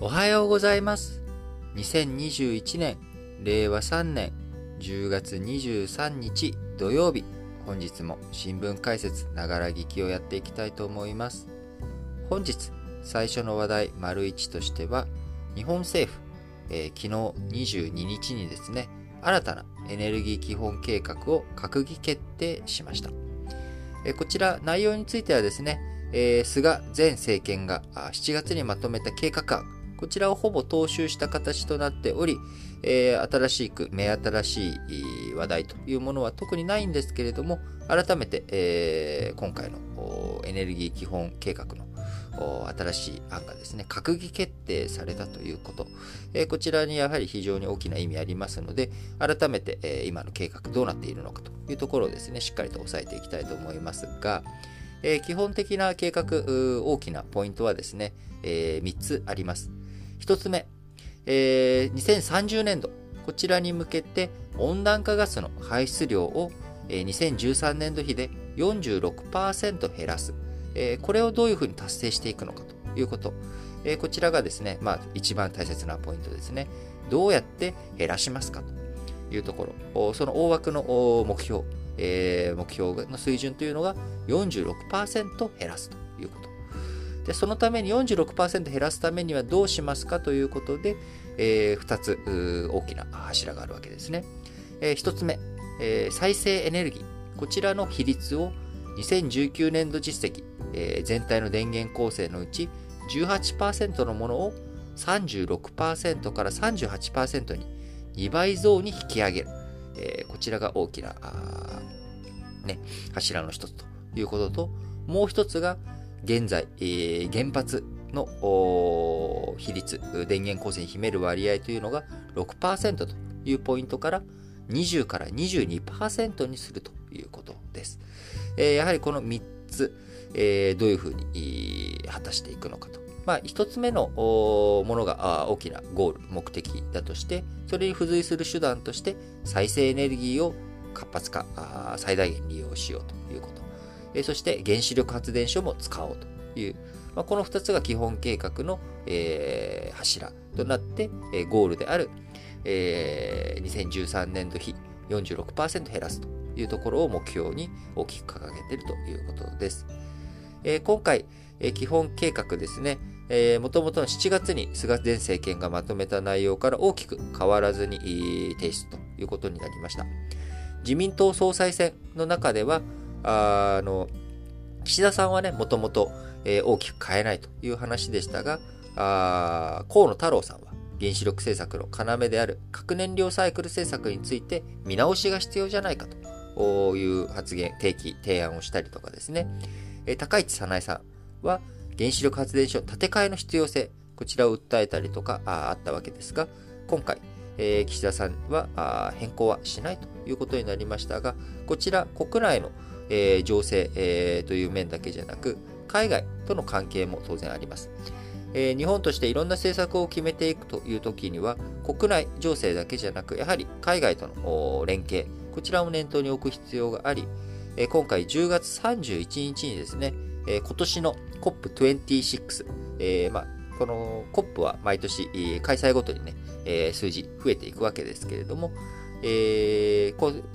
おはようございます。2021年令和3年10月23日土曜日、本日も新聞解説ながら聞きをやっていきたいと思います。本日最初の話題丸1としては、日本政府、昨日22日にですね、新たなエネルギー基本計画を閣議決定しました。こちら内容についてはですね、菅前政権が7月にまとめた計画案、こちらをほぼ踏襲した形となっており、目新しい話題というものは特にないんですけれども、改めて、今回のエネルギー基本計画の新しい案がですね、閣議決定されたということ、こちらにやはり非常に大きな意味ありますので、改めて、今の計画どうなっているのかというところをですね、しっかりと押さえていきたいと思いますが、基本的な計画、大きなポイントはですね、3つあります。1つ目、2030年度、こちらに向けて温暖化ガスの排出量を、2013年度比で 46% 減らす。これをどういうふうに達成していくのかということ。こちらがですね、一番大切なポイントですね。どうやって減らしますかというところ。その大枠の目標の水準というのが 46% 減らすということ。で、そのために 46% 減らすためにはどうしますかということで、2つ大きな柱があるわけですね。1つ目、再生エネルギー。こちらの比率を2019年度実績、全体の電源構成のうち 18% のものを 36% から 38% に2倍増に引き上げる。こちらが大きな柱の一つということと、もう一つが現在、原発の比率、電源構成に秘める割合というのが 6% というポイントから20から 22% にするということです。やはりこの3つ、どういうふうに果たしていくのかと。1つ目のものが大きなゴール、目的だとして、それに付随する手段として再生エネルギーを活発化、最大限利用しようということ。そして原子力発電所も使おうという、この2つが基本計画の、柱となって、ゴールである、2013年度比 46% 減らすというところを目標に大きく掲げているということです。今回、基本計画ですね、もともとの7月に菅前政権がまとめた内容から大きく変わらずに提出ということになりました。自民党総裁選の中では、岸田さんはね、もともと大きく変えないという話でしたが、河野太郎さんは原子力政策の要である核燃料サイクル政策について見直しが必要じゃないかという発言、提案をしたりとかですね。高市早苗さんは原子力発電所建て替えの必要性、こちらを訴えたりとかあったわけですが、今回、岸田さんは変更はしないということになりましたが、こちら国内の情勢、という面だけじゃなく、海外との関係も当然あります。日本としていろんな政策を決めていくというときには、国内情勢だけじゃなく、やはり海外との連携、こちらを念頭に置く必要があり、今回10月31日にですね、今年の COP26、この COP は毎年開催ごとにね、数字増えていくわけですけれども、今年、これ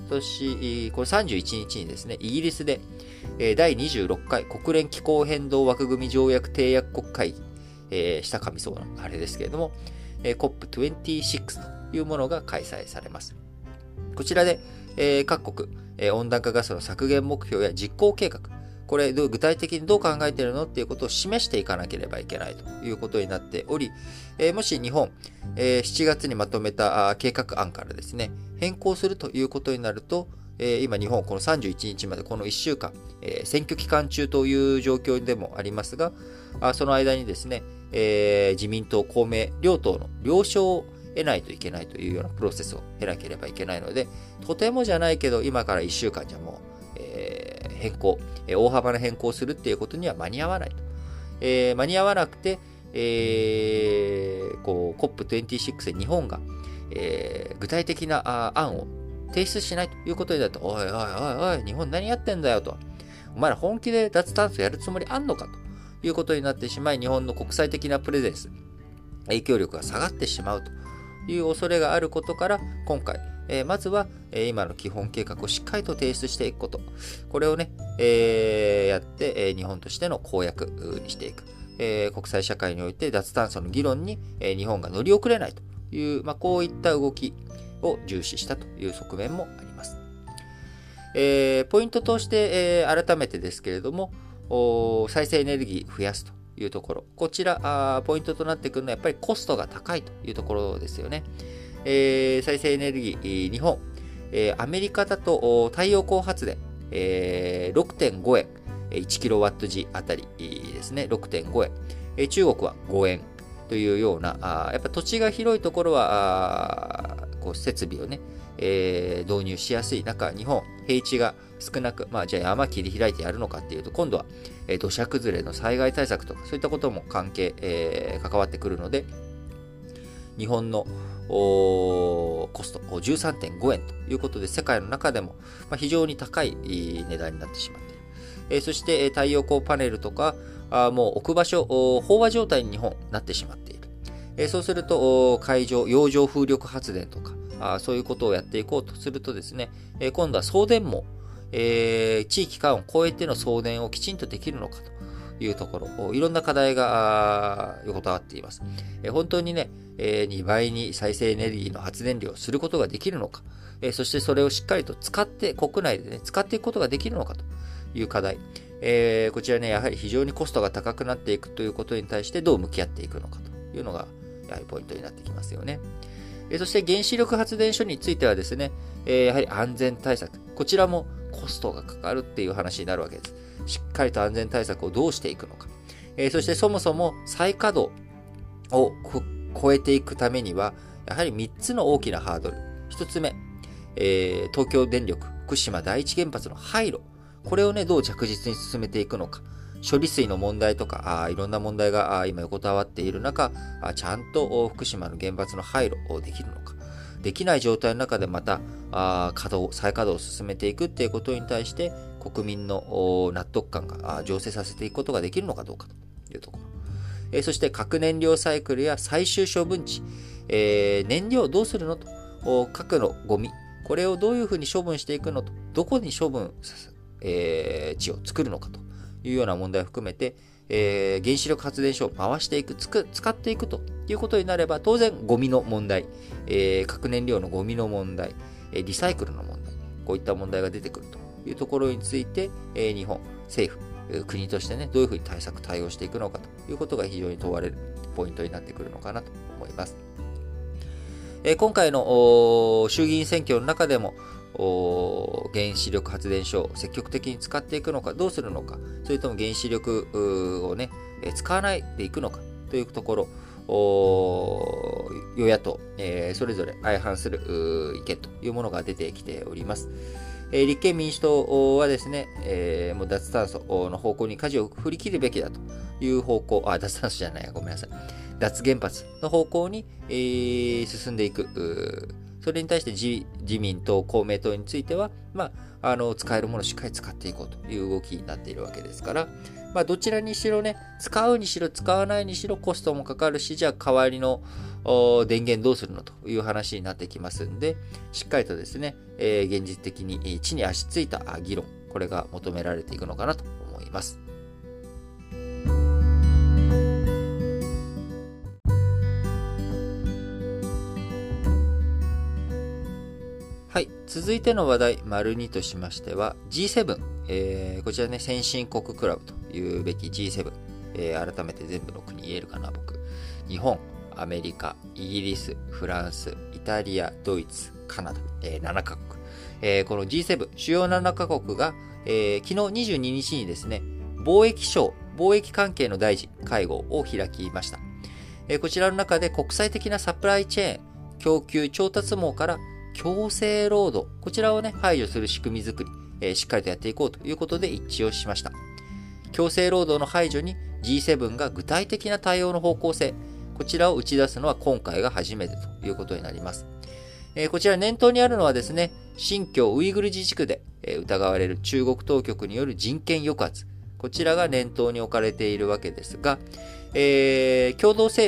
31日にですね、イギリスで、第26回国連気候変動枠組条約締約国会議、下上そうなあれですけれども、COP26 というものが開催されます。こちらで、各国、温暖化ガスの削減目標や実行計画、これ具体的にどう考えているのっていうことを示していかなければいけないということになっており、もし日本、7月にまとめた計画案からですね、変更するということになると、今日本この31日までこの1週間、選挙期間中という状況でもありますが、その間にですね、自民党、公明、両党の了承を得ないといけないというようなプロセスを経なければいけないので、とてもじゃないけど今から1週間じゃもう、変更、大幅な変更するっていうことには間に合わないと。間に合わなくて、COP26 で日本が、具体的な案を提出しないということになると、おいおいおいおい、日本何やってんだよと。お前ら本気で脱炭素やるつもりあんのかということになってしまい、日本の国際的なプレゼンス、 影響力が下がってしまうという恐れがあることから、今回、まずは、今の基本計画をしっかりと提出していくこと。これをね、やって、日本としての公約にしていく。国際社会において脱炭素の議論に、日本が乗り遅れないという、こういった動きを重視したという側面もあります。ポイントとして、改めてですけれども、再生エネルギー増やすというところ。こちら、ポイントとなってくるのはやっぱりコストが高いというところですよね。再生エネルギー、日本、アメリカだと太陽光発電、6.5 円、1キロワット時あたりですね、6.5円。中国は5円というような、やっぱ土地が広いところは、こう設備をね、導入しやすい中、日本、平地が少なく、じゃあ山切り開いてやるのかっていうと、今度は、土砂崩れの災害対策とか、そういったことも関わってくるので、日本のコスト 13.5 円ということで、世界の中でも非常に高い値段になってしまっている。そして太陽光パネルとか、もう置く場所、飽和状態に日本なってしまっている。そうすると、洋上風力発電とか、そういうことをやっていこうとするとですね、今度は送電網、地域間を超えての送電をきちんとできるのかというところ、いろんな課題が横たわっています。本当にね、2倍に再生エネルギーの発電量をすることができるのか、そしてそれをしっかりと国内でね、使っていくことができるのかという課題。こちらね、やはり非常にコストが高くなっていくということに対してどう向き合っていくのかというのが、やはりポイントになってきますよね。そして原子力発電所についてはですね、やはり安全対策。こちらもコストがかかるっていう話になるわけです。しっかりと安全対策をどうしていくのか。そしてそもそも再稼働を超えていくためには、やはり3つの大きなハードル。1つ目、東京電力福島第一原発の廃炉。これをね、どう着実に進めていくのか。処理水の問題とか、いろんな問題が今横たわっている中、ちゃんと福島の原発の廃炉をできるのか。できない状態の中でまた再稼働を進めていくっていうことに対して国民の納得感が醸成させていくことができるのかどうかというところ。そして核燃料サイクルや最終処分地、燃料どうするのと、核のゴミ、これをどういうふうに処分していくのと、どこに処分、地を作るのかというような問題を含めて、原子力発電所を回していく、使っていくということになれば、当然ゴミの問題、核燃料のゴミの問題、リサイクルの問題、こういった問題が出てくるというところについて、日本、政府、国としてね、どういうふうに対応していくのかということが非常に問われるポイントになってくるのかなと思います。今回の衆議院選挙の中でも、原子力発電所を積極的に使っていくのか、どうするのか、それとも原子力をね、使わないでいくのかというところ、与野党、それぞれ相反する意見というものが出てきております。立憲民主党はですね、もう脱炭素の方向に舵を振り切るべきだという方向、脱炭素じゃない、ごめんなさい。脱原発の方向に、進んでいく。それに対して自民党、公明党については、使えるものをしっかり使っていこうという動きになっているわけですから、どちらにしろね、使うにしろ使わないにしろコストもかかるし、じゃあ代わりの電源どうするのという話になってきますんで、しっかりとですね、現実的に地に足ついた議論、これが求められていくのかなと思います。はい。続いての話題、丸2としましては、G7。こちらね、先進国クラブというべき G7。改めて全部の国言えるかな、僕。日本、アメリカ、イギリス、フランス、イタリア、ドイツ、カナダ、7カ国。この G7、主要7カ国が、昨日22日にですね、貿易関係の大臣会合を開きました。こちらの中で国際的なサプライチェーン、供給調達網から強制労働、こちらをね、排除する仕組み作り、しっかりとやっていこうということで一致をしました。強制労働の排除に G7 が具体的な対応の方向性、こちらを打ち出すのは今回が初めてということになります。こちら念頭にあるのはですね、新疆ウイグル自治区で疑われる中国当局による人権抑圧、こちらが念頭に置かれているわけですが、共同声明、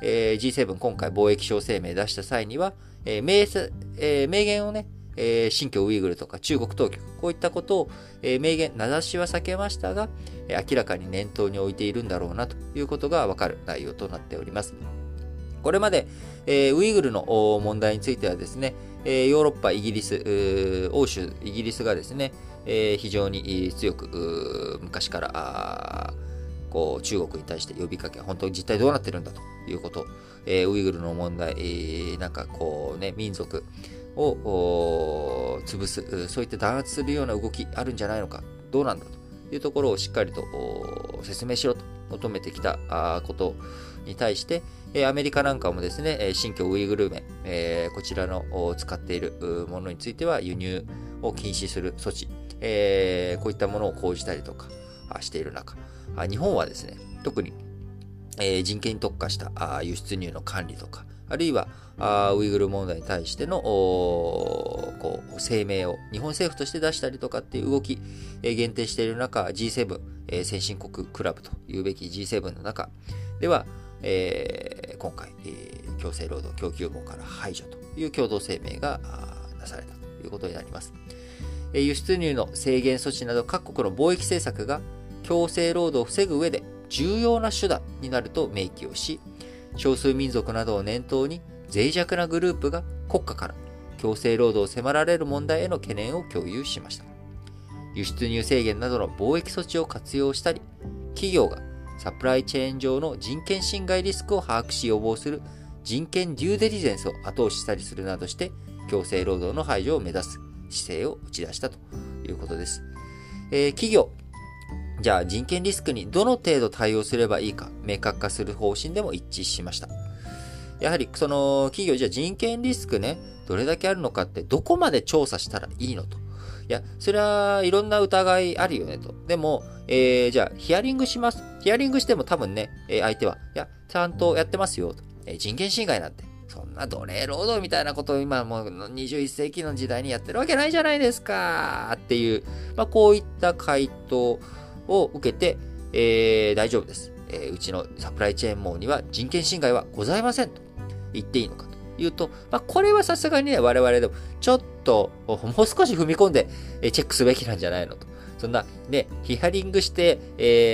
G7 今回貿易相声明出した際には、明言をね、新疆ウイグルとか中国当局、こういったことを、明言、名指しは避けましたが、明らかに念頭に置いているんだろうなということがわかる内容となっております。これまで、ウイグルの問題についてはですね、ヨーロッパ、イギリス、欧州、イギリスがですね、非常に強く昔からこう中国に対して呼びかけ、本当に実態どうなってるんだということ、ウイグルの問題、なんかこうね、民族を潰す、そういった弾圧するような動きあるんじゃないのか、どうなんだというところをしっかりと説明しろと求めてきたことに対して、アメリカなんかもですね、新疆ウイグル麺、こちらの使っているものについては輸入を禁止する措置、こういったものを講じたりとかしている中、日本はですね、特に人権に特化した輸出入の管理とか、あるいはウイグル問題に対してのこう声明を日本政府として出したりとかっていう動き、限定している中、G7、先進国クラブというべき G7 の中では、今回、強制労働供給網から排除という共同声明がなされたということになります。輸出入の制限措置など各国の貿易政策が強制労働を防ぐ上で重要な手段になると明記をし、少数民族などを念頭に脆弱なグループが国家から強制労働を迫られる問題への懸念を共有しました。輸出入制限などの貿易措置を活用したり、企業がサプライチェーン上の人権侵害リスクを把握し予防する人権デューデリジェンスを後押ししたりするなどして強制労働の排除を目指す姿勢を打ち出したということです。企業、じゃあ人権リスクにどの程度対応すればいいか明確化する方針でも一致しました。やはりその企業、じゃあ人権リスクね、どれだけあるのかってどこまで調査したらいいのと。いや、それはいろんな疑いあるよねと。でも、じゃあヒアリングします。ヒアリングしても多分ね、相手は、いや、ちゃんとやってますよと。人権侵害なんて。そんな奴隷労働みたいなことを今もう21世紀の時代にやってるわけないじゃないですかっていう、こういった回答を受けて、大丈夫です。うちのサプライチェーン網には人権侵害はございませんと言っていいのかというと、これはさすがにね、我々でもちょっともう少し踏み込んでチェックすべきなんじゃないのと。そんなね、ヒアリングして、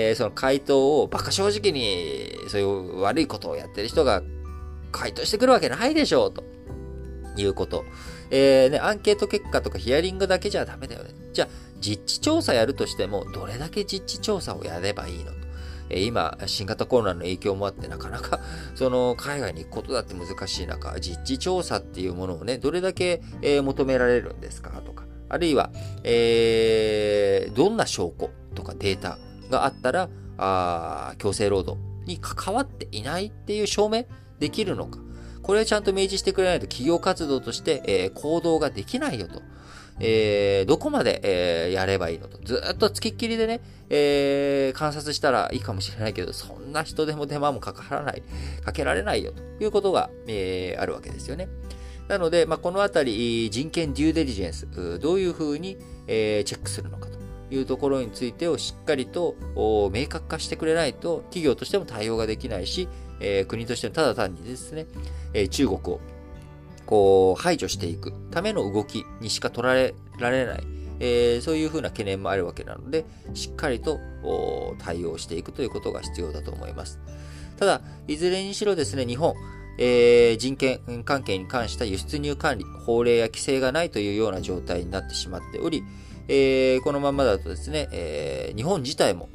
その回答を馬鹿正直にそういう悪いことをやってる人が回答してくるわけないでしょうということ。アンケート結果とかヒアリングだけじゃダメだよね。じゃあ実地調査やるとしてもどれだけ実地調査をやればいいのと。今、新型コロナの影響もあってなかなかその海外に行くことだって難しい中、実地調査っていうものをね、どれだけ、求められるんですかとか、あるいは、どんな証拠とかデータがあったら、強制労働に関わっていないっていう証明できるのか。これをちゃんと明示してくれないと企業活動として、行動ができないよと。どこまで、やればいいのと。ずっと付きっきりでね、観察したらいいかもしれないけど、そんな人でも手間もかけられないよということが、あるわけですよね。なので、このあたり、人権デューデリジェンス、どういうふうに、チェックするのかというところについてをしっかりと明確化してくれないと、企業としても対応ができないし、国としてもただ単にですね、中国をこう排除していくための動きにしか取られない、そういうふうな懸念もあるわけなので、しっかりと対応していくということが必要だと思います。ただ、いずれにしろですね、日本、人権関係に関した輸出入管理、法令や規制がないというような状態になってしまっており、このままだとですね、日本自体も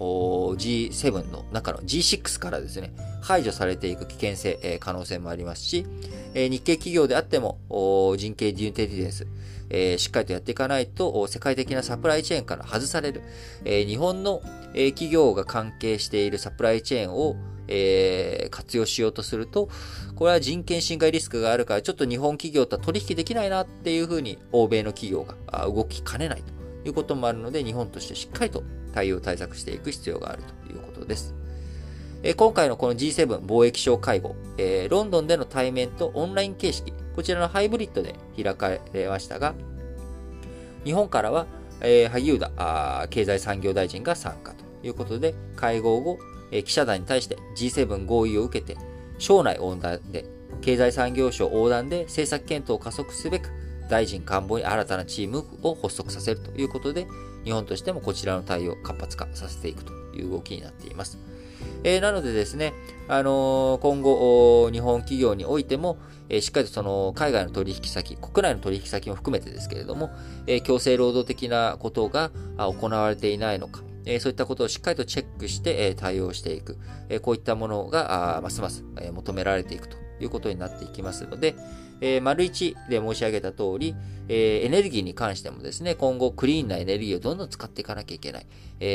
G7 の中の G6 からですね、排除されていく危険性、可能性もありますし、日系企業であっても人権デューテリジェンス、しっかりとやっていかないと世界的なサプライチェーンから外される、日本の企業が関係しているサプライチェーンを活用しようとすると、これは人権侵害リスクがあるから、ちょっと日本企業とは取引できないなっていうふうに欧米の企業が動きかねないということもあるので、日本としてしっかりと対策していく必要があるということです。今回のこの G7 貿易相会合、ロンドンでの対面とオンライン形式、こちらのハイブリッドで開かれましたが、日本からは、萩生田経済産業大臣が参加ということで、会合後、記者団に対して G7 合意を受けて、 省内横断で、経済産業省横断で政策検討を加速すべく、大臣官房に新たなチームを発足させるということで、日本としてもこちらの対応を活発化させていくという動きになっています。なのでですね、今後、日本企業においても、しっかりとその海外の取引先、国内の取引先も含めてですけれども、強制労働的なことが行われていないのか、そういったことをしっかりとチェックして対応していく、こういったものがますます求められていくということになっていきますので、丸1で申し上げた通り、エネルギーに関してもですね、今後クリーンなエネルギーをどんどん使っていかなきゃいけない。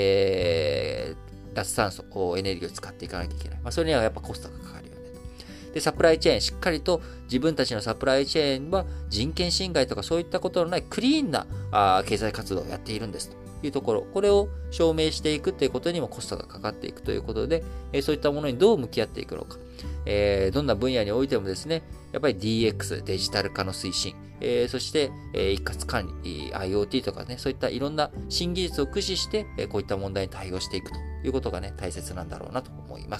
脱炭素、エネルギーを使っていかなきゃいけない。それにはやっぱコストがかかるよねと。で、サプライチェーン、しっかりと自分たちのサプライチェーンは人権侵害とかそういったことのないクリーンな経済活動をやっているんですというところ、これを証明していくということにもコストがかかっていくということで、そういったものにどう向き合っていくのか。どんな分野においてもですね、やっぱり DX、デジタル化の推進、そして、一括管理、IoT とかね、そういったいろんな新技術を駆使して、こういった問題に対応していくということがね、大切なんだろうなと思います。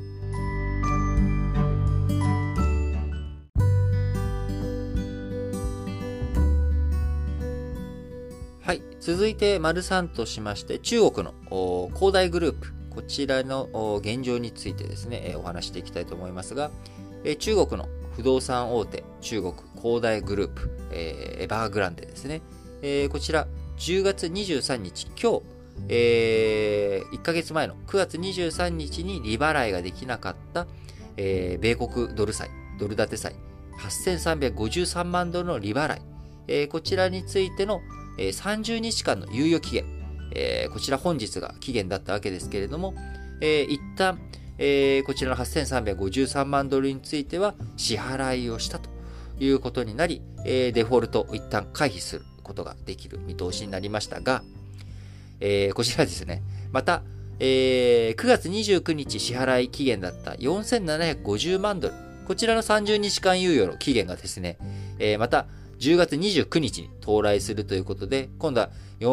はい。続いて、丸3としまして、中国の恒大グループ。こちらの現状についてですね、お話していきたいと思いますが、中国の不動産大手、中国恒大グループ、エバーグランデですね。こちら、10月23日、今日、1ヶ月前の9月23日に利払いができなかった、米国ドル債、ドル建て債、8353万ドルの利払い、こちらについての、30日間の猶予期限、こちら本日が期限だったわけですけれども、一旦、こちらの8353万ドルについては支払いをしたということになり、デフォルトを一旦回避することができる見通しになりましたが、こちらですね、また、9月29日支払い期限だった4750万ドル、こちらの30日間猶予の期限がですね、また10月29日に到来するということで、今度は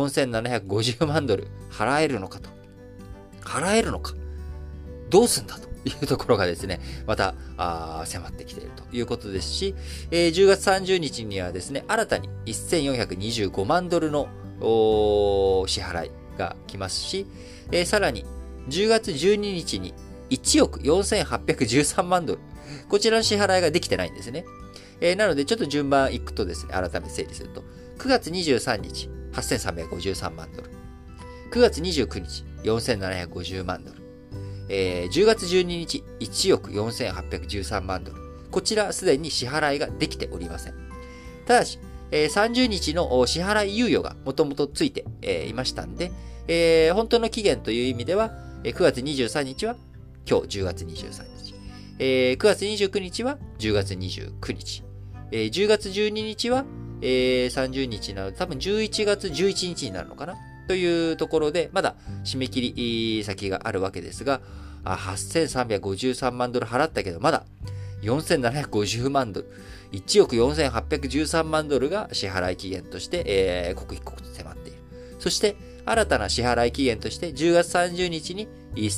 4750万ドル払えるのかと。払えるのか。どうすんだというところがですね、また迫ってきているということですし、10月30日にはですね、新たに1425万ドルの支払いが来ますし、さらに10月12日に1億4813万ドル。こちらの支払いができてないんですね。なので、ちょっと順番いくとですね、改めて整理すると、9月23日、8353万ドル。9月29日、4750万ドル。10月12日、1億4813万ドル。こちら、すでに支払いができておりません。ただし、30日の支払い猶予がもともとついていましたんで、本当の期限という意味では、9月23日は今日10月23日。9月29日は10月29日。10月12日は、30日なので、多分11月11日になるのかなというところで、まだ締め切り先があるわけですが、8353万ドル払ったけど、まだ4750万ドル、1億4813万ドルが支払い期限として、刻一刻と迫っている。そして、新たな支払い期限として、10月30日に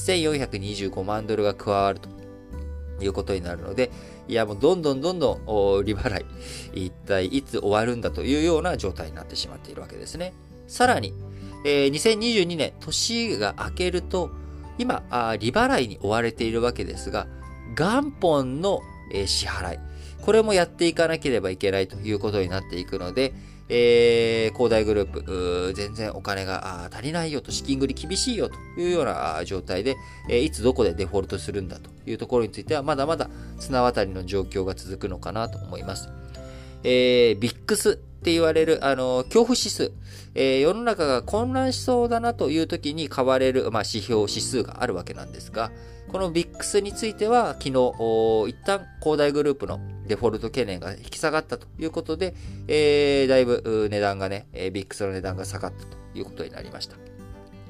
1425万ドルが加わるということになるので、いやもうどんどん利払い、一体いつ終わるんだというような状態になってしまっているわけですね。さらに、2022年、年が明けると、今、利払いに追われているわけですが、元本の支払い、これもやっていかなければいけないということになっていくので、恒大グループ、全然お金が足りないよと、資金繰り厳しいよというような状態で、いつどこでデフォルトするんだというところについては、まだまだ綱渡りの状況が続くのかなと思います。ビックスって言われる、恐怖指数、世の中が混乱しそうだなという時に買われる、指標、指数があるわけなんですが、このビックスについては、昨日、一旦、恒大グループのデフォルト懸念が引き下がったということで、だいぶ値段がね、ビックスの値段が下がったということになりました。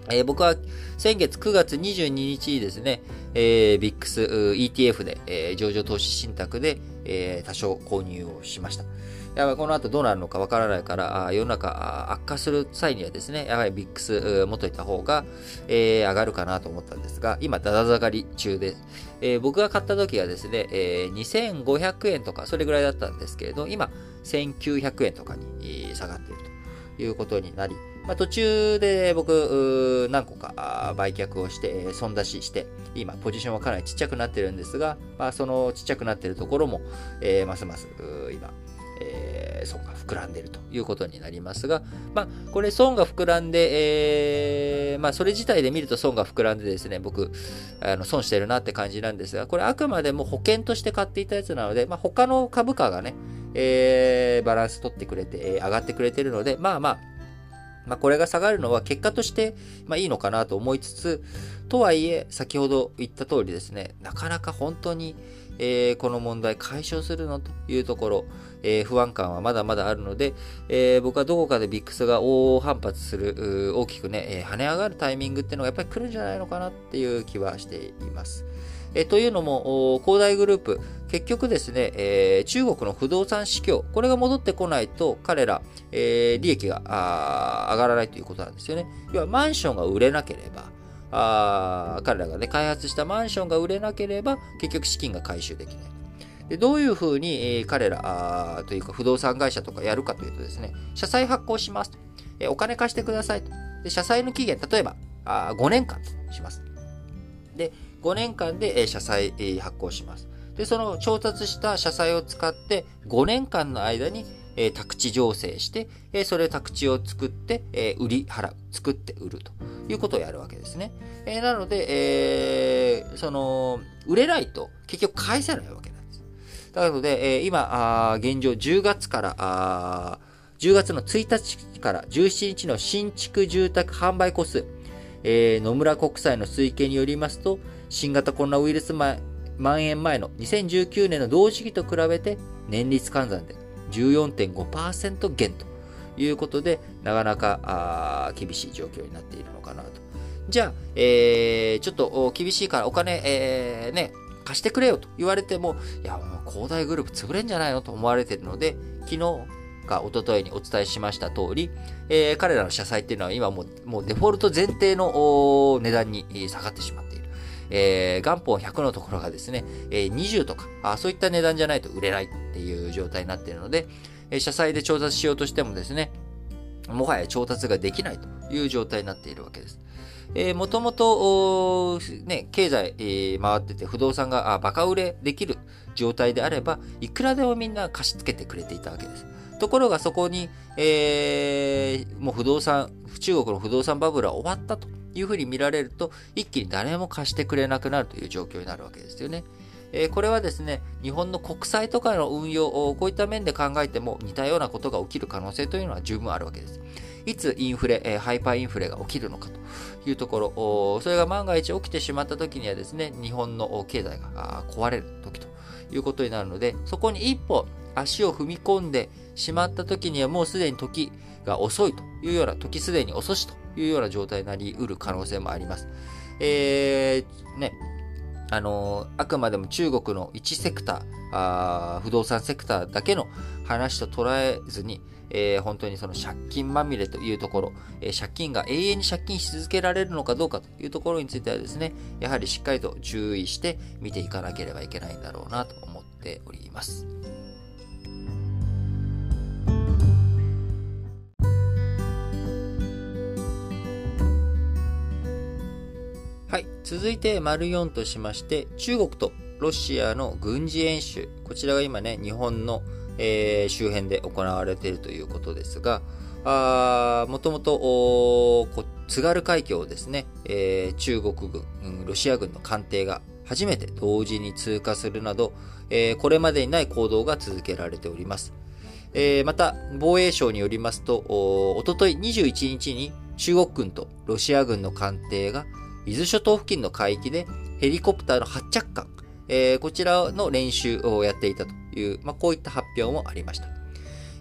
僕は先月9月22日にですね、ビックス ETF で、上場投資信託で、多少購入をしました。やっぱりこの後どうなるのかわからないから、世の中悪化する際にはですね、やはりビックス持っといた方が、上がるかなと思ったんですが、今、だだ下がり中です。僕が買った時はですね、2500円とか、それぐらいだったんですけれど、今、1900円とかに下がっているということになり、途中で僕、何個か売却をして、損出しして、今、ポジションはかなりちっちゃくなってるんですが、そのちっちゃくなってるところも、ますます、今、損が膨らんでいるということになりますが、これ損が膨らんで、それ自体で見ると損が膨らんでですね、僕、損してるなって感じなんですが、これあくまでも保険として買っていたやつなので、他の株価がね、バランス取ってくれて、上がってくれてるので、これが下がるのは結果として、いいのかなと思いつつ、とはいえ、先ほど言った通りですね、なかなか本当に、この問題解消するのというところ、不安感はまだまだあるので、僕はどこかでビックスが大反発する、大きくね、跳ね上がるタイミングっていうのがやっぱり来るんじゃないのかなっていう気はしています。というのも、恒大グループ、結局ですね、中国の不動産市況、これが戻ってこないと、彼ら、利益が上がらないということなんですよね。要は、マンションが売れなければ、彼らがね、開発したマンションが売れなければ、結局資金が回収できない。でどういうふうに、彼らというか不動産会社とかやるかというとですね、社債発行しますと。お金貸してくださいと。で社債の期限、例えば5年間とします。で、5年間で社債発行します。で、その調達した社債を使って5年間の間に宅地造成して、それ宅地を作って、売り払う。作って売るということをやるわけですね。なので、売れないと結局返せないわけなんです。なので、今、現状10月から、10月の1日から17日の新築住宅販売戸数、野村国際の推計によりますと、新型コロナウイルス蔓延前の2019年の同時期と比べて年率換算で14.5% 減ということで、なかなか厳しい状況になっているのかなと。じゃあ、ちょっと厳しいからお金、貸してくれよと言われても、いや、もう恒大グループ潰れんじゃないのと思われているので、昨日か一昨日にお伝えしました通り、彼らの社債っていうのは今もうデフォルト前提の値段に下がってしまっている。元本100のところがですね、20とかそういった値段じゃないと売れないっていう状態になっているので、社債で調達しようとしてもですね、もはや調達ができないという状態になっているわけです。もともと、経済、回ってて不動産がバカ売れできる状態であれば、いくらでもみんな貸し付けてくれていたわけです。ところがそこに、もう中国の不動産バブルは終わったというふうに見られると、一気に誰も貸してくれなくなるという状況になるわけですよね。これはですね、日本の国債とかの運用、こういった面で考えても似たようなことが起きる可能性というのは十分あるわけです。いつインフレ、ハイパーインフレが起きるのかというところ、それが万が一起きてしまった時にはですね、日本の経済が壊れる時ということになるので、そこに一歩足を踏み込んでしまった時にはもうすでに時が遅いというような、時すでに遅しというような状態になり得る可能性もあります。あくまでも中国の一セクター、不動産セクターだけの話と捉えずに、本当にその借金まみれというところ、借金が永遠に借金し続けられるのかどうかというところについてはですね、やはりしっかりと注意して見ていかなければいけないんだろうなと思っております。はい。続いて、丸4としまして、中国とロシアの軍事演習。こちらが今ね、日本の、周辺で行われているということですが、もともと、津軽海峡をですね、中国軍、ロシア軍の艦艇が初めて同時に通過するなど、これまでにない行動が続けられております。また、防衛省によりますと、おととい21日に中国軍とロシア軍の艦艇が伊豆諸島付近の海域でヘリコプターの発着艦、こちらの練習をやっていたという、こういった発表もありました。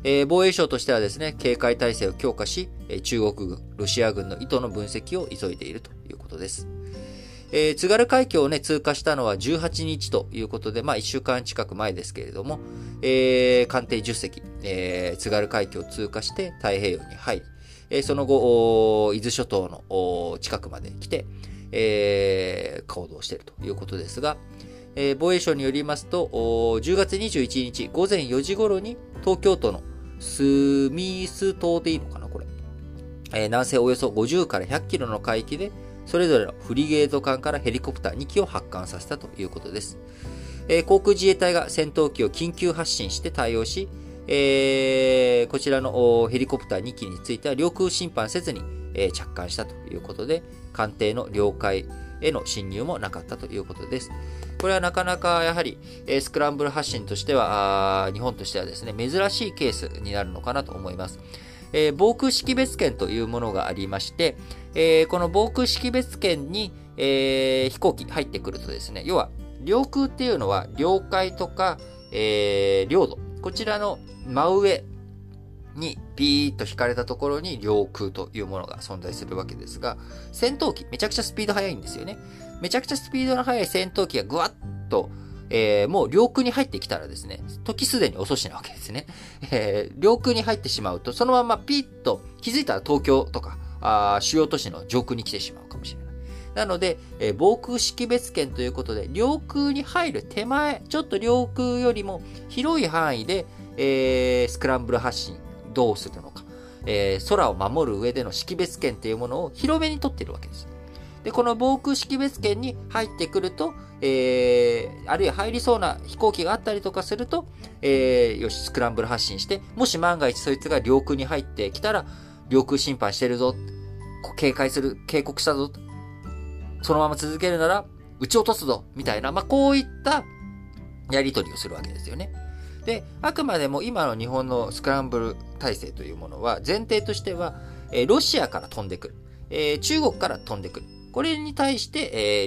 防衛省としてはですね、警戒態勢を強化し、中国軍、ロシア軍の意図の分析を急いでいるということです。津軽海峡をね、通過したのは18日ということで、1週間近く前ですけれども、艦艇10隻、津軽海峡を通過して太平洋に入り、その後、伊豆諸島の近くまで来て、行動しているということですが、防衛省によりますと、10月21日午前4時頃に東京都のスミス島でいいのかな、これ。南西およそ50から100キロの海域で、それぞれのフリゲート艦からヘリコプター2機を発艦させたということです。航空自衛隊が戦闘機を緊急発進して対応し、こちらのヘリコプター2機については領空侵犯せずに、着艦したということで、艦艇の領海への侵入もなかったということです。これはなかなかやはりスクランブル発進としては、日本としてはですね、珍しいケースになるのかなと思います。防空識別圏というものがありまして、この防空識別圏に、飛行機入ってくるとですね、要は領空っていうのは領海とか、領土、こちらの真上にピーッと引かれたところに領空というものが存在するわけですが、戦闘機めちゃくちゃスピード速いんですよね。めちゃくちゃスピードの速い戦闘機がぐわっともう領空に入ってきたらですね、時すでに遅しなわけですね。領空に入ってしまうと、そのままピッと気づいたら東京とか主要都市の上空に来てしまうかもしれない。なので、防空識別圏ということで、領空に入る手前、ちょっと領空よりも広い範囲で、スクランブル発進どうするのか、空を守る上での識別圏というものを広めに取っているわけです。で、この防空識別圏に入ってくると、あるいは入りそうな飛行機があったりとかすると、よし、スクランブル発進して、もし万が一そいつが領空に入ってきたら、領空侵犯してるぞ、警告したぞ、そのまま続けるなら、撃ち落とすぞ、みたいな、こういったやり取りをするわけですよね。で、あくまでも今の日本のスクランブル体制というものは、前提としては、ロシアから飛んでくる、中国から飛んでくる。これに対して、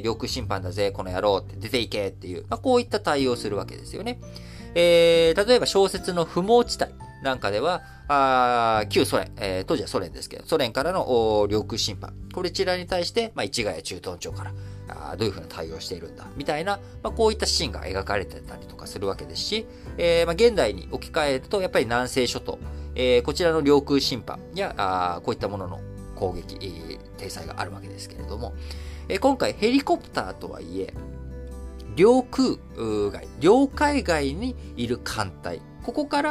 領空侵犯だぜ、この野郎って出ていけっていう、こういった対応をするわけですよね。例えば小説の不毛地帯なんかでは、旧ソ連、当時はソ連ですけど、ソ連からの領空侵犯。こちらに対して、市ヶ谷駐屯長からどういうふうな対応をしているんだ、みたいな、こういったシーンが描かれてたりとかするわけですし、現代に置き換えると、やっぱり南西諸島、こちらの領空侵犯や、こういったものの攻撃、体裁があるわけですけれども、今回ヘリコプターとはいえ、領海外にいる艦隊、ここから、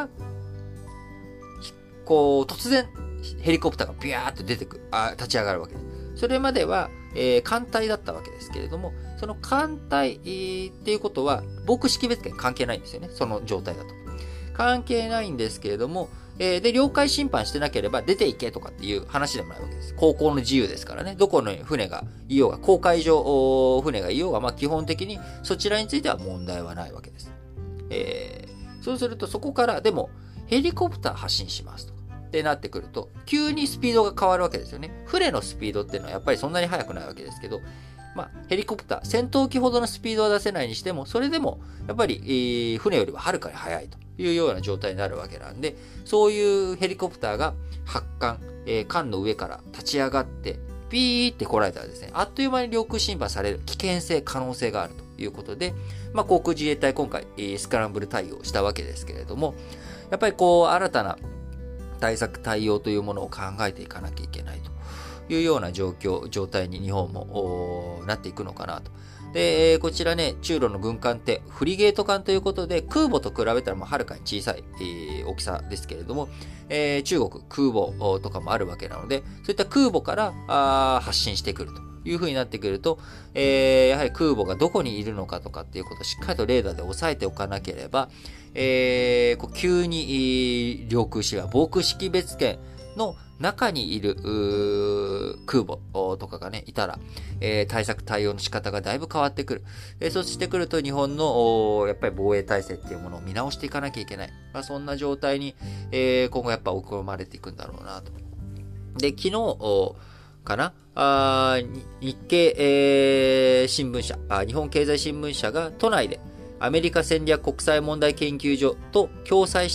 突然、ヘリコプターがビャーっと立ち上がるわけです。それまでは、艦隊だったわけですけれども、その艦隊、っていうことは、防空識別圏関係ないんですよね。その状態だと。関係ないんですけれども、で、領海侵犯してなければ出ていけとかっていう話でもないわけです。航行の自由ですからね。どこの船がいようが、航海上船がいようが、基本的にそちらについては問題はないわけです。そうするとそこからでもヘリコプター発進しますとってなってくると、急にスピードが変わるわけですよね。船のスピードっていうのはやっぱりそんなに速くないわけですけど、ヘリコプター、戦闘機ほどのスピードは出せないにしても、それでもやっぱり、船よりははるかに速いというような状態になるわけなんで、そういうヘリコプターが発艦、艦の上から立ち上がって、ピーって来られたらですね、あっという間に領空侵犯される危険性、可能性があるということで、航空自衛隊今回、スクランブル対応したわけですけれども、やっぱり新たな対策、対応というものを考えていかなきゃいけないというような状態に日本もなっていくのかなと。で、こちらね、中ロの軍艦ってフリゲート艦ということで、空母と比べたらはるかに小さい、大きさですけれども、中国空母とかもあるわけなので、そういった空母から発進してくるという風になってくると、やはり空母がどこにいるのかとかっていうことをしっかりとレーダーで押さえておかなければ、急に領空侵犯、防空識別圏の中にいる空母とかがね、いたら、対策対応の仕方がだいぶ変わってくる。そうしてくると日本のやっぱり防衛体制っていうものを見直していかなきゃいけない。そんな状態に、今後やっぱ追い込まれていくんだろうなと。で、昨日かな日経、新聞社日本経済新聞社が都内でアメリカ戦略国際問題研究所と共催した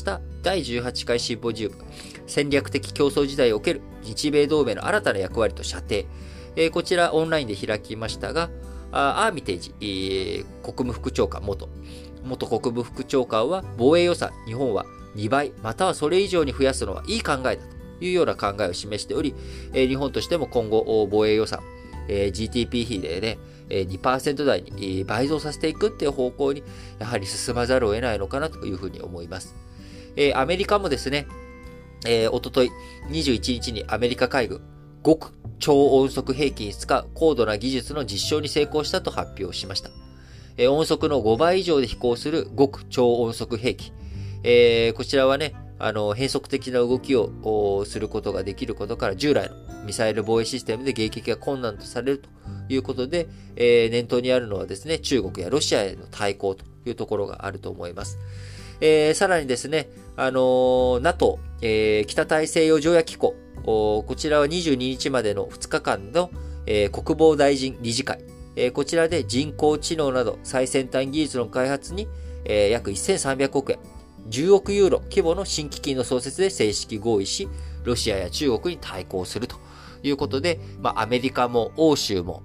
第18回シンポジウム、戦略的競争時代における日米同盟の新たな役割と射程。こちらオンラインで開きましたが、アーミテージ、国務副長官元国務副長官は防衛予算、日本は2倍、またはそれ以上に増やすのはいい考えだというような考えを示しており、日本としても今後防衛予算、GDP 比でね、2% 台に倍増させていくっていう方向にやはり進まざるを得ないのかなというふうに思います。アメリカもですね、おととい21日にアメリカ海軍極超音速兵器に使う高度な技術の実証に成功したと発表しました。音速の5倍以上で飛行する極超音速兵器。こちらはね、変則的な動きをすることができることから従来のミサイル防衛システムで迎撃が困難とされるということで、念頭にあるのはですね、中国やロシアへの対抗というところがあると思います。さらにですね、NATO、北大西洋条約機構、こちらは22日までの2日間の、国防大臣理事会、こちらで人工知能など最先端技術の開発に、約1300億円、10億ユーロ規模の新基金の創設で正式合意し、ロシアや中国に対抗するということで、アメリカも欧州も、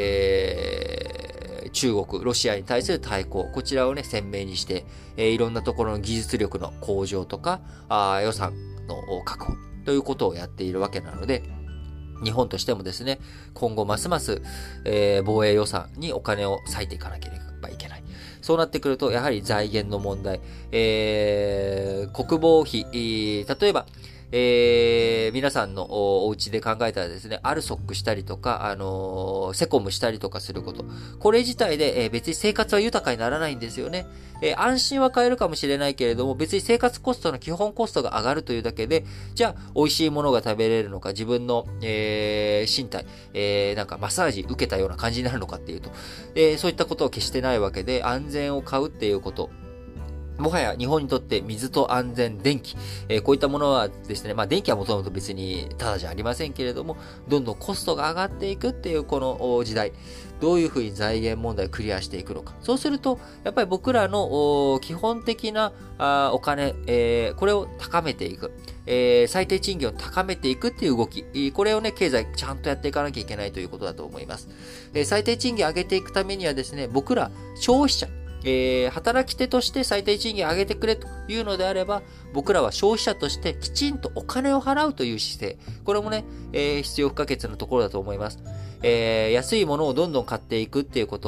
中国、ロシアに対する対抗、こちらをね、鮮明にして、いろんなところの技術力の向上とか、予算の確保ということをやっているわけなので、日本としてもですね、今後ますます、防衛予算にお金を割いていかなければいけない。そうなってくると、やはり財源の問題、国防費、例えば、皆さんのお家で考えたらですね、アルソックしたりとか、セコムしたりとかすること。これ自体で、別に生活は豊かにならないんですよね。安心は買えるかもしれないけれども、別に生活コストの基本コストが上がるというだけで、じゃあ、美味しいものが食べれるのか、自分の、身体、なんかマッサージ受けたような感じになるのかっていうと、そういったことを決してないわけで、安全を買うっていうこと。もはや日本にとって水と安全、電気、こういったものはですね、電気はもともと別にただじゃありませんけれども、どんどんコストが上がっていくっていうこの時代、どういうふうに財源問題をクリアしていくのか。そうすると、やっぱり僕らの基本的なお金、これを高めていく。最低賃金を高めていくっていう動き。これをね、経済ちゃんとやっていかなきゃいけないということだと思います。最低賃金を上げていくためにはですね、僕ら消費者、働き手として最低賃金を上げてくれというのであれば、僕らは消費者としてきちんとお金を払うという姿勢。これもね、必要不可欠なところだと思います。安いものをどんどん買っていくっていうこと、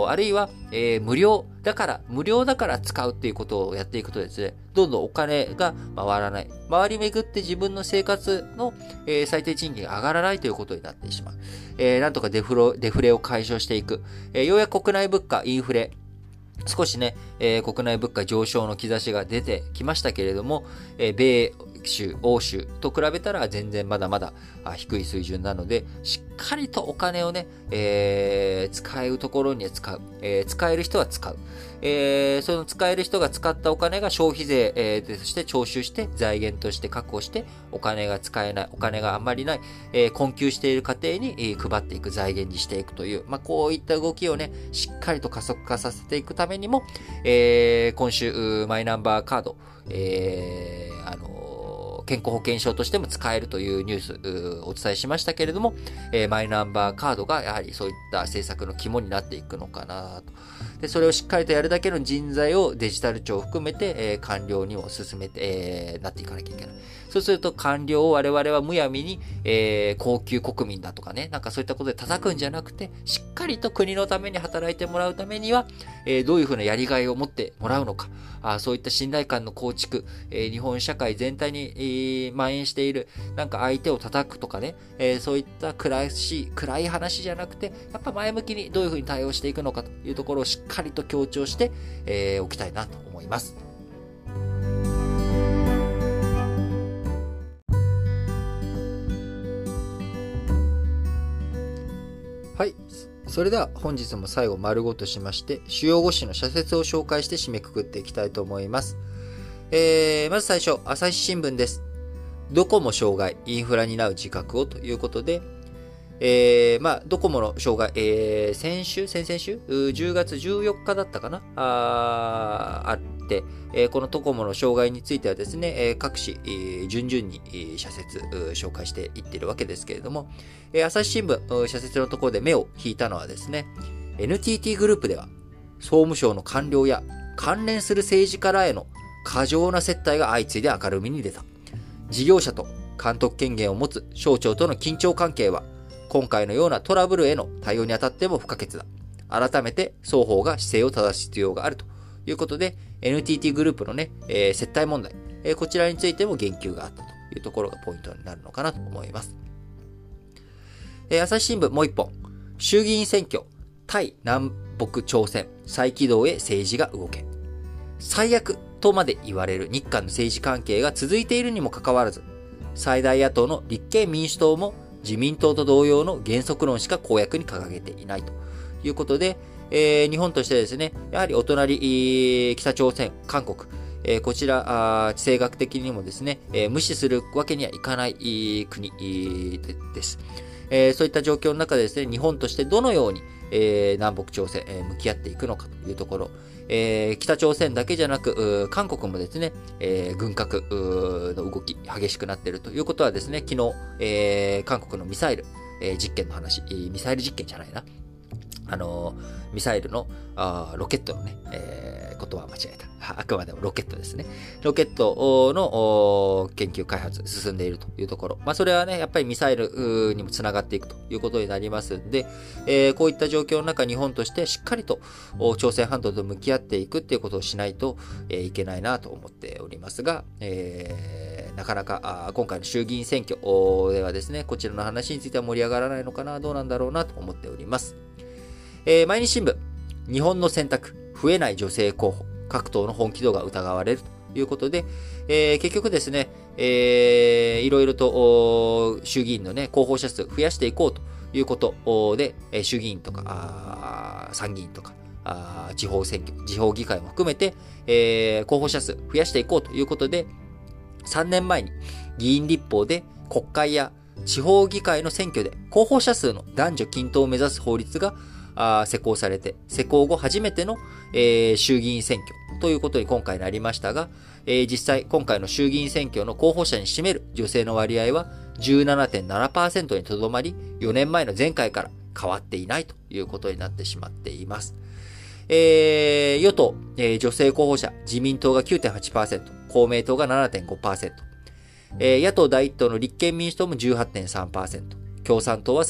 あるいは、無料だから使うっていうことをやっていくとですね、どんどんお金が回らない。回り巡って自分の生活の、最低賃金が上がらないということになってしまう。なんとかデフレを解消していく。ようやく国内物価、インフレ、少しね、国内物価上昇の兆しが出てきましたけれども、米州、欧州と比べたら全然まだまだ低い水準なので、しっかりとお金をね、使えるところには使う。使える人は使う。その使える人が使ったお金が消費税、として徴収して財源として確保して、お金が使えない、お金があんまりない、困窮している家庭に、配っていく財源にしていくという、こういった動きをね、しっかりと加速化させていくためにも、今週、マイナンバーカード、健康保険証としても使えるというニュースお伝えしましたけれども、マイナンバーカードがやはりそういった政策の肝になっていくのかなと。で、それをしっかりとやるだけの人材をデジタル庁を含めて、官僚にも進めて、なっていかなきゃいけない。そうすると官僚を我々はむやみに、高級国民だとかね、なんかそういったことで叩くんじゃなくて、しっかりと国のために働いてもらうためには、どういうふうなやりがいを持ってもらうのか。そういった信頼感の構築、日本社会全体に、蔓延している、なんか相手を叩くとかね、そういった暗い話じゃなくて、やっぱ前向きにどういうふうに対応していくのかというところをしっかりと強調して、おきたいなと思います。はい。それでは本日も最後丸ごとしまして、主要5紙の社説を紹介して締めくくっていきたいと思います。まず最初、朝日新聞です。どこも障害、インフラに担う自覚をということで、 ドコモの障害、先々週、10月14日だったかな、あって、このドコモの障害についてはですね、各紙、順々に社説、紹介していっているわけですけれども、朝日新聞、社説のところで目を引いたのはですね、NTT グループでは、総務省の官僚や関連する政治家らへの過剰な接待が相次いで明るみに出た。事業者と監督権限を持つ省庁との緊張関係は、今回のようなトラブルへの対応にあたっても不可欠だ。改めて双方が姿勢を正す必要があるということで、NTT グループのね、接待問題、こちらについても言及があったというところがポイントになるのかなと思います。朝日新聞もう一本。衆議院選挙、対南北朝鮮、再起動へ政治が動け。最悪とまで言われる日韓の政治関係が続いているにもかかわらず、最大野党の立憲民主党も自民党と同様の原則論しか公約に掲げていないということで、日本としてですね、やはりお隣、北朝鮮、韓国、こちら、地政学的にもですね、無視するわけにはいかない国です。そういった状況の中でですね、日本としてどのように、南北朝鮮、向き合っていくのかというところ、北朝鮮だけじゃなく、韓国もですね、軍拡の動き、激しくなっているということはですね、昨日、韓国のミサイル、実験の話、ミサイル実験じゃないな。ミサイルのロケットのね、言葉は間違えた。あくまでもロケットですね。ロケットの研究開発進んでいるというところ。それはね、やっぱりミサイルにもつながっていくということになりますんで、こういった状況の中、日本としてしっかりと朝鮮半島と向き合っていくっていうことをしないといけないなと思っておりますが、なかなか今回の衆議院選挙ではですね、こちらの話については盛り上がらないのかな、どうなんだろうなと思っております。毎日新聞、日本の選択、増えない女性候補、各党の本気度が疑われるということで、結局ですね、いろいろと衆議院のね、候補者数増やしていこうということで、衆議院とか参議院とか地方選挙、地方議会も含めて、候補者数増やしていこうということで、3年前に議員立法で国会や地方議会の選挙で候補者数の男女均等を目指す法律が施行されて、施行後初めての、衆議院選挙ということに今回なりましたが、実際今回の衆議院選挙の候補者に占める女性の割合は 17.7% にとどまり、4年前の前回から変わっていないということになってしまっています。与党、女性候補者、自民党が 9.8%、公明党が 7.5%、野党第一党の立憲民主党も 18.3%、共産党は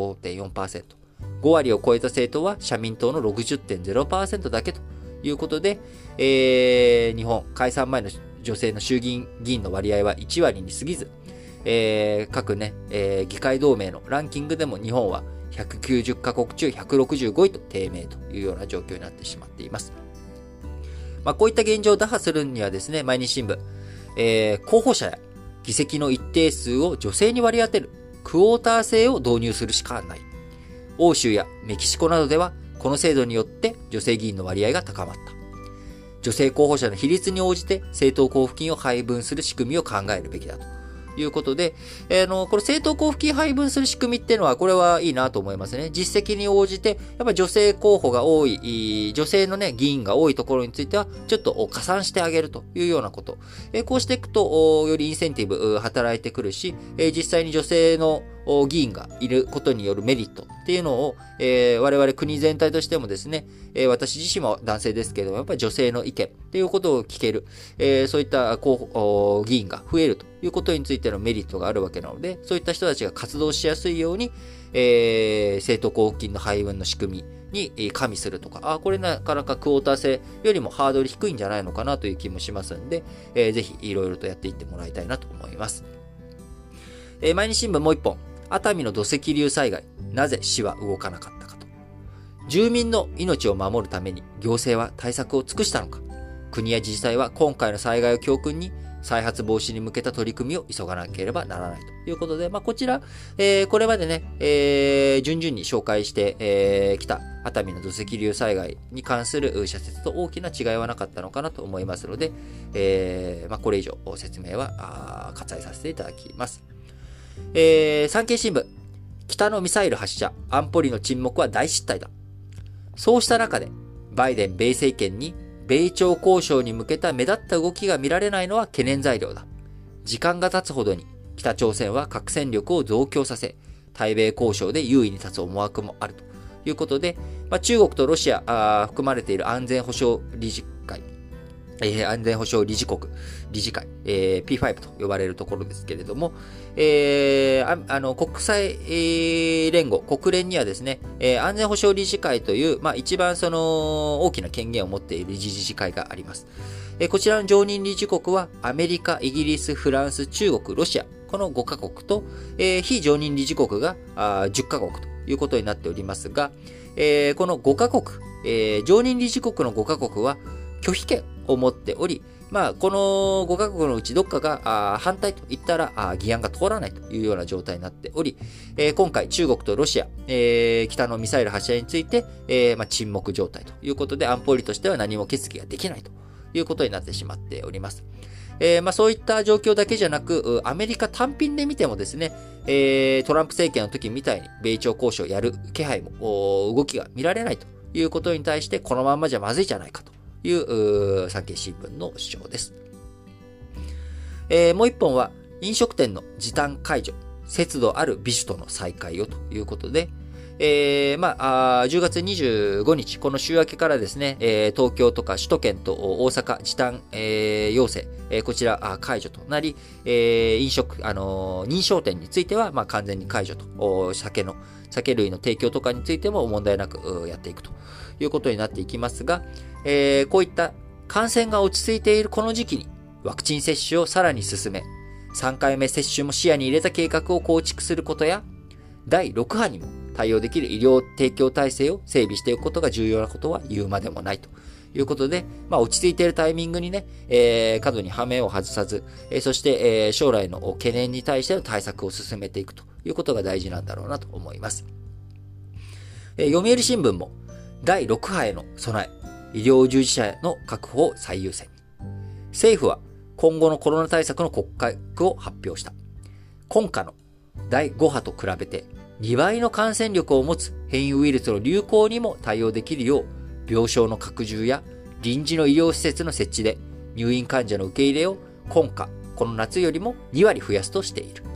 35.4%、5割を超えた政党は社民党の 60.0% だけということで、日本解散前の女性の衆議院議員の割合は1割に過ぎず、各ね、議会同盟のランキングでも日本は190カ国中165位と低迷というような状況になってしまっています。こういった現状を打破するにはですね、毎日新聞、候補者や議席の一定数を女性に割り当てるクォーター制を導入するしかない。欧州やメキシコなどでは、この制度によって女性議員の割合が高まった。女性候補者の比率に応じて政党交付金を配分する仕組みを考えるべきだということで、これ政党交付金配分する仕組みっていうのは、これはいいなと思いますね。実績に応じて、やっぱり女性候補が多い、女性のね、議員が多いところについては、ちょっと加算してあげるというようなこと。こうしていくと、よりインセンティブ、働いてくるし、実際に女性の議員がいることによるメリットっていうのを、我々国全体としてもですね、私自身も男性ですけれども、やっぱり女性の意見っていうことを聞ける、そういった議員が増えるということについてのメリットがあるわけなので、そういった人たちが活動しやすいように、政党交付金の配分の仕組みに加味するとか、これなかなかクォーター制よりもハードル低いんじゃないのかなという気もしますんで、ぜひいろいろとやっていってもらいたいなと思います。毎日新聞もう一本。熱海の土石流災害、なぜ市は動かなかったかと。住民の命を守るために行政は対策を尽くしたのか。国や自治体は今回の災害を教訓に再発防止に向けた取り組みを急がなければならないということで、こちら、これまでね、順々に紹介してきた熱海の土石流災害に関する社説と大きな違いはなかったのかなと思いますので、これ以上説明は割愛させていただきます。産経新聞、 北のミサイル発射、安保理の沈黙は大失態だ。そうした中で、バイデン米政権に米朝交渉に向けた目立った動きが見られないのは懸念材料だ。時間が経つほどに北朝鮮は核戦力を増強させ、対米交渉で優位に立つ思惑もあるということで、中国とロシア含まれている安全保障理事会、安全保障理事国、理事会、P5 と呼ばれるところですけれども、国際連合、国連にはですね、安全保障理事会という、一番大きな権限を持っている理事会があります。こちらの常任理事国はアメリカ、イギリス、フランス、中国、ロシア、この5カ国と、非常任理事国が10カ国ということになっておりますが、この5カ国、常任理事国の5カ国は拒否権を持っており、この5カ国のうちどっかが反対と言ったら議案が通らないというような状態になっており、今回中国とロシア、北のミサイル発射について、沈黙状態ということで安保理としては何も決議ができないということになってしまっております。そういった状況だけじゃなく、アメリカ単品で見てもですね、トランプ政権の時みたいに米朝交渉をやる気配も動きが見られないということに対して、このまんまじゃまずいじゃないかという産経新聞の主張です。もう一本は飲食店の時短解除、節度ある美酒との再開をということで、10月25日、この週明けからですね、東京とか首都圏と大阪時短、要請、こちら解除となり、認証店については完全に解除と、酒類の提供とかについても問題なくやっていくということになっていきますが、こういった感染が落ち着いているこの時期にワクチン接種をさらに進め、3回目接種も視野に入れた計画を構築することや、第6波にも対応できる医療提供体制を整備していくことが重要なことは言うまでもないということで、落ち着いているタイミングにね、過度に羽目を外さず、そして、将来の懸念に対しての対策を進めていくということが大事なんだろうなと思います。読売新聞も第6波への備え、医療従事者の確保を最優先。政府は今後のコロナ対策の骨格を発表した。今夏の第5波と比べて2倍の感染力を持つ変異ウイルスの流行にも対応できるよう、病床の拡充や臨時の医療施設の設置で入院患者の受け入れを今夏、この夏よりも2割増やすとしている。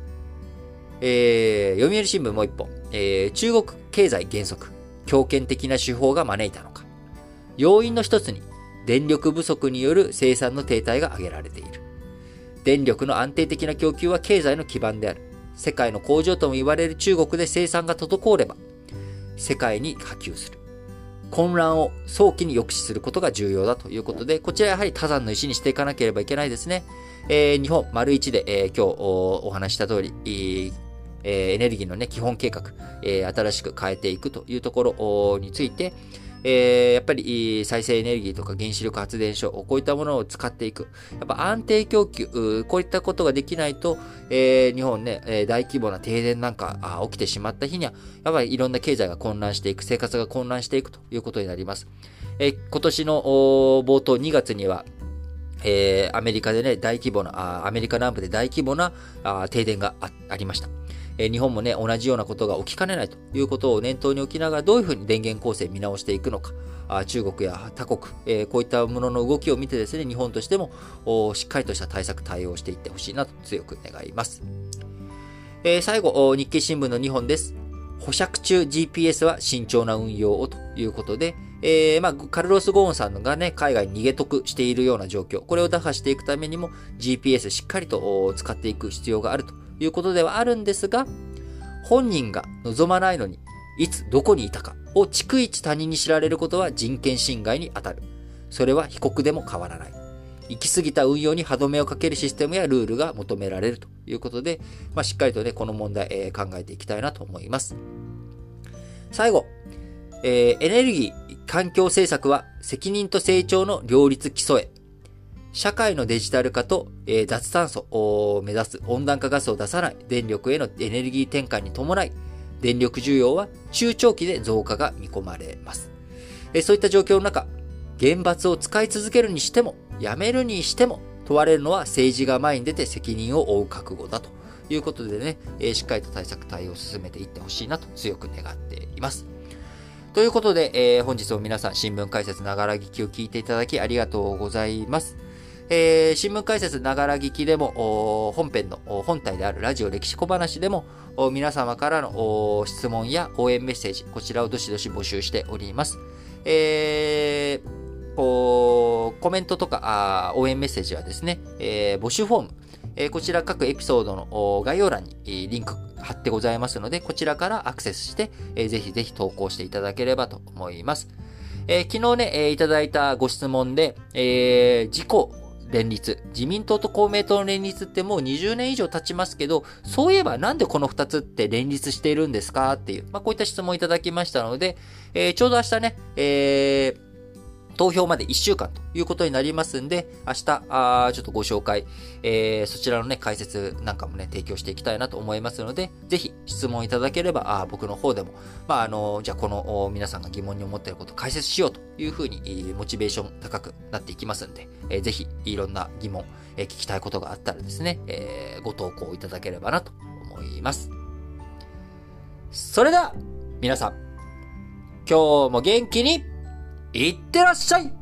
読売新聞もう一本、中国経済減速、強権的な手法が招いたのか。要因の一つに電力不足による生産の停滞が挙げられている。電力の安定的な供給は経済の基盤である。世界の工場とも言われる中国で生産が滞れば、世界に波及する。混乱を早期に抑止することが重要だということで、こちらやはり多山の石にしていかなければいけないですね。日本、丸一で、今日お話した通り、エネルギーのね、基本計画、新しく変えていくというところについて、やっぱり再生エネルギーとか原子力発電所、こういったものを使っていく。やっぱ安定供給、こういったことができないと、日本ね、大規模な停電なんか起きてしまった日には、やっぱりいろんな経済が混乱していく、生活が混乱していくということになります。今年の冒頭2月には、アメリカでね、アメリカ南部で大規模な停電がありました。日本もね、同じようなことが起きかねないということを念頭に置きながら、どういうふうに電源構成見直していくのか、中国や他国、こういったものの動きを見てですね、日本としてもしっかりとした対応していってほしいなと強く願います。最後、日経新聞の2本です。保釈中 GPS は慎重な運用をということで、カルロス・ゴーンさんがね、海外に逃げ得しているような状況、これを打破していくためにも GPS しっかりと使っていく必要があるということではあるんですが、本人が望まないのに、いつどこにいたかを逐一他人に知られることは人権侵害に当たる。それは被告でも変わらない。行き過ぎた運用に歯止めをかけるシステムやルールが求められるということで、しっかりとね、この問題、考えていきたいなと思います。最後、エネルギー、環境政策は責任と成長の両立基礎へ。社会のデジタル化と、脱炭素を目指す温暖化ガスを出さない電力へのエネルギー転換に伴い、電力需要は中長期で増加が見込まれます。そういった状況の中、原発を使い続けるにしても、やめるにしても、問われるのは政治が前に出て責任を負う覚悟だということでね、しっかりと対応を進めていってほしいなと強く願っています。ということで、本日も皆さん新聞解説ながら聞きを聞いていただきありがとうございます。新聞解説ながら聞きでも、本編の本体であるラジオ歴史小話でも、皆様からの質問や応援メッセージ、こちらをどしどし募集しております。コメントとか応援メッセージはですね、募集フォーム、こちら各エピソードの概要欄にリンク貼ってございますので、こちらからアクセスして、ぜひぜひ投稿していただければと思います。昨日ね、いただいたご質問で、自公連立、自民党と公明党の連立ってもう20年以上経ちますけど、そういえばなんでこの2つって連立しているんですかっていう、こういった質問をいただきましたので、ちょうど明日ね、投票まで1週間ということになりますんで、明日、ちょっとご紹介、そちらのね、解説なんかもね、提供していきたいなと思いますので、ぜひ質問いただければ、僕の方でも、じゃあこの皆さんが疑問に思っていることを解説しようというふうに、モチベーション高くなっていきますんで、ぜひいろんな疑問、聞きたいことがあったらですね、ご投稿いただければなと思います。それでは、皆さん、今日も元気にいってらっしゃい。